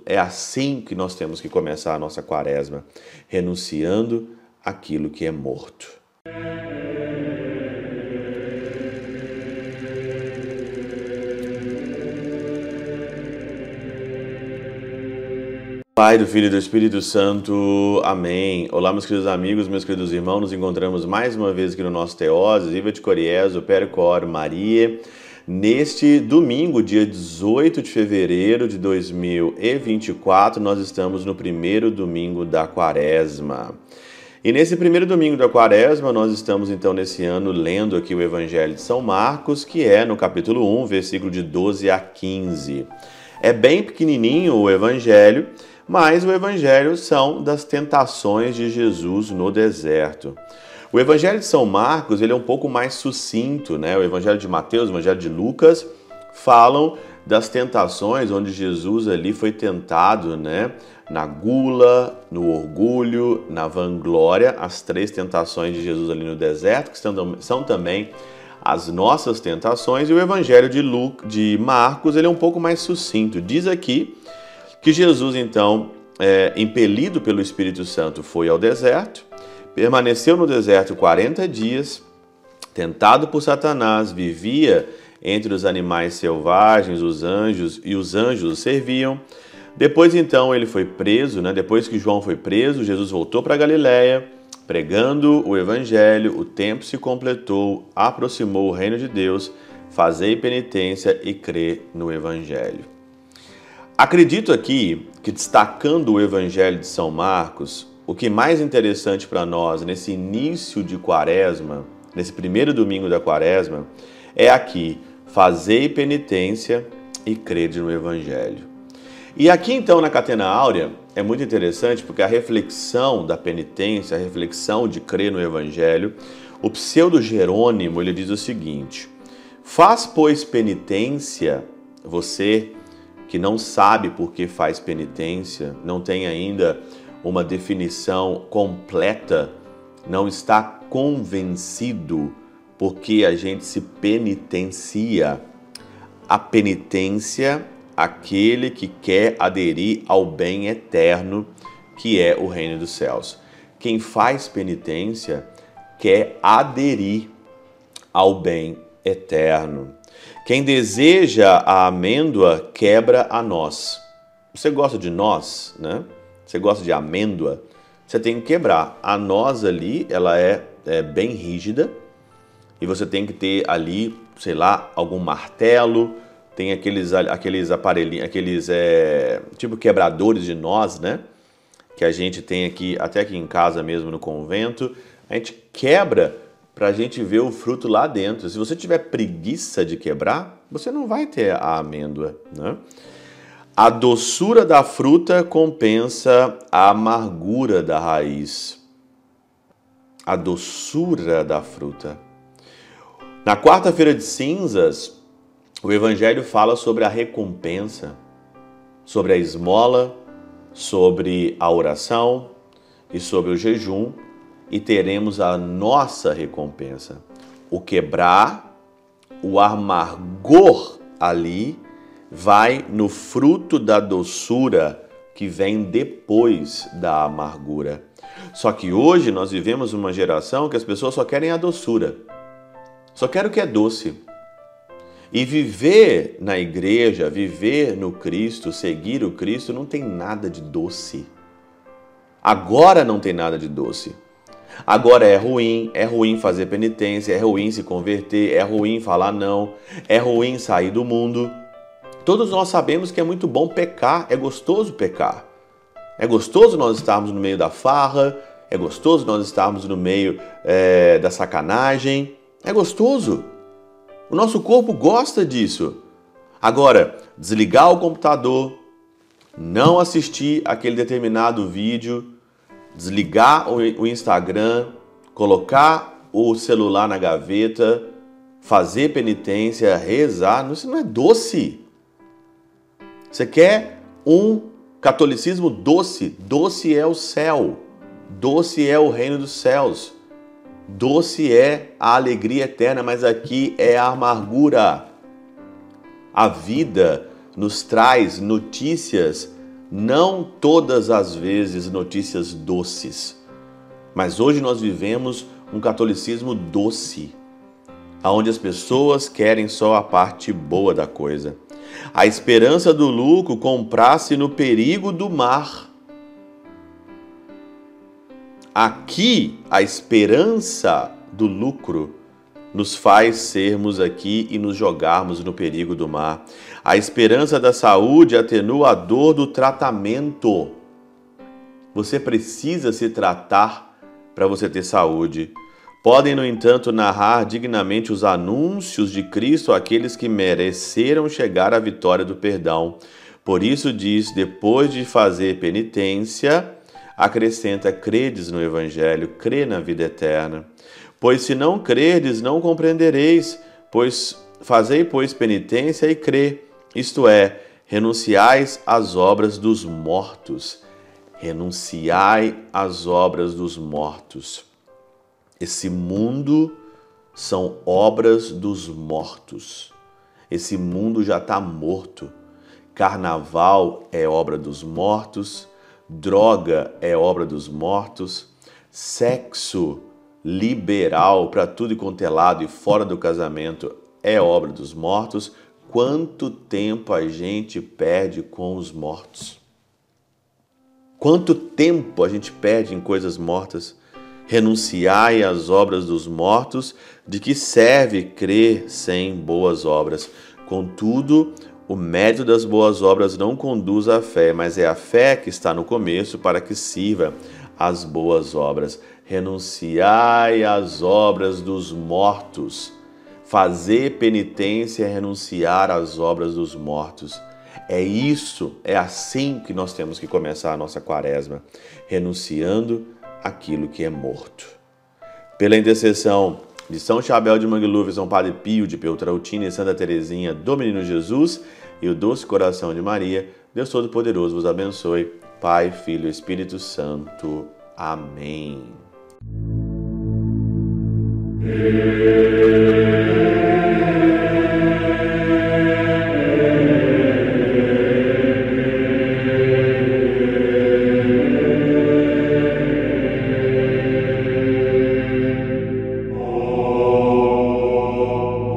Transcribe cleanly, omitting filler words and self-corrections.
é assim que nós temos que começar a nossa quaresma, renunciando aquilo que é morto. Pai, do Filho e do Espírito Santo. Amém. Olá, meus queridos amigos, meus queridos irmãos. Nos encontramos mais uma vez aqui no nosso Teoses, Viva de Coriezo, Percor, Maria. Neste domingo, dia 18 de fevereiro de 2024, nós estamos no primeiro domingo da Quaresma. E nesse primeiro domingo da Quaresma, nós estamos então nesse ano lendo aqui o Evangelho de São Marcos, que é no capítulo 1, versículo de 12 a 15. É bem pequenininho o Evangelho, mas o Evangelho são das tentações de Jesus no deserto. O Evangelho de São Marcos ele é um pouco mais sucinto, né? O Evangelho de Mateus, o Evangelho de Lucas falam das tentações onde Jesus ali foi tentado, né? Na gula, no orgulho, na vanglória, as três tentações de Jesus ali no deserto, que são também as nossas tentações. E o Evangelho de Marcos ele é um pouco mais sucinto. Diz aqui que Jesus, então, impelido pelo Espírito Santo, foi ao deserto, permaneceu no deserto 40 dias, tentado por Satanás, vivia entre os animais selvagens, os anjos o serviam. Depois, então, ele foi preso, né? Depois que João foi preso, Jesus voltou para Galiléia, pregando o Evangelho, o tempo se completou, aproximou o reino de Deus, fazei penitência e crê no Evangelho. Acredito aqui que, destacando o Evangelho de São Marcos, o que mais interessante para nós nesse início de Quaresma, nesse primeiro domingo da Quaresma, é aqui, fazei penitência e crede no Evangelho. E aqui então na Catena Áurea é muito interessante porque a reflexão da penitência, a reflexão de crer no Evangelho, o pseudo Jerônimo ele diz o seguinte: faz, pois, penitência, você que não sabe por que faz penitência, não tem ainda uma definição completa, não está convencido porque a gente se penitencia. A penitência, aquele que quer aderir ao bem eterno, que é o reino dos céus. Quem faz penitência quer aderir ao bem eterno. Quem deseja a amêndoa quebra a noz. Você gosta de noz, né? Você gosta de amêndoa? Você tem que quebrar. A noz ali, ela é bem rígida e você tem que ter ali, sei lá, algum martelo, tem aqueles aparelhinhos, tipo quebradores de noz, né? Que a gente tem aqui, até aqui em casa mesmo no convento, a gente quebra para a gente ver o fruto lá dentro. Se você tiver preguiça de quebrar, você não vai ter a amêndoa, né? A doçura da fruta compensa a amargura da raiz. A doçura da fruta. Na quarta-feira de cinzas, o Evangelho fala sobre a recompensa, sobre a esmola, sobre a oração e sobre o jejum, e teremos a nossa recompensa. O quebrar, o amargor ali, vai no fruto da doçura que vem depois da amargura. Só que hoje nós vivemos uma geração que as pessoas só querem a doçura. Só querem o que é doce. E viver na igreja, viver no Cristo, seguir o Cristo, não tem nada de doce. Agora não tem nada de doce. Agora é ruim fazer penitência, é ruim se converter, é ruim falar não, é ruim sair do mundo. Todos nós sabemos que é muito bom pecar, é gostoso pecar. É gostoso nós estarmos no meio da farra, é gostoso nós estarmos no meio da sacanagem, é gostoso. O nosso corpo gosta disso. Agora, desligar o computador, não assistir aquele determinado vídeo, desligar o Instagram, colocar o celular na gaveta, fazer penitência, rezar, isso não é doce. Você quer um catolicismo doce? Doce é o céu. Doce é o reino dos céus. Doce é a alegria eterna, mas aqui é a amargura. A vida nos traz notícias não todas as vezes notícias doces, mas hoje nós vivemos um catolicismo doce, onde as pessoas querem só a parte boa da coisa. A esperança do lucro comprasse no perigo do mar. Aqui, a esperança do lucro nos faz sermos aqui e nos jogarmos no perigo do mar. A esperança da saúde atenua a dor do tratamento. Você precisa se tratar para você ter saúde. Podem, no entanto, narrar dignamente os anúncios de Cristo àqueles que mereceram chegar à vitória do perdão. Por isso diz, depois de fazer penitência, acrescenta, credes no Evangelho, crê na vida eterna. Pois se não crerdes, não compreendereis, fazei, pois, penitência e crê, isto é, renunciais às obras dos mortos. Renunciai às obras dos mortos. Esse mundo são obras dos mortos. Esse mundo já está morto. Carnaval é obra dos mortos, droga é obra dos mortos, sexo liberal para tudo e quanto é lado e fora do casamento é obra dos mortos. Quanto tempo a gente perde com os mortos? Quanto tempo a gente perde em coisas mortas? Renunciai às obras dos mortos, de que serve crer sem boas obras? Contudo, o mérito das boas obras não conduz à fé, mas é a fé que está no começo para que sirva às boas obras. Renunciai às obras dos mortos. Fazer penitência é renunciar às obras dos mortos. É assim que nós temos que começar a nossa quaresma, renunciando aquilo que é morto. Pela intercessão de São Chabel de Mangluf, São Padre Pio de Peltrautina e Santa Teresinha do Menino Jesus e o doce coração de Maria, Deus Todo-Poderoso vos abençoe. Pai, Filho e Espírito Santo. Amém.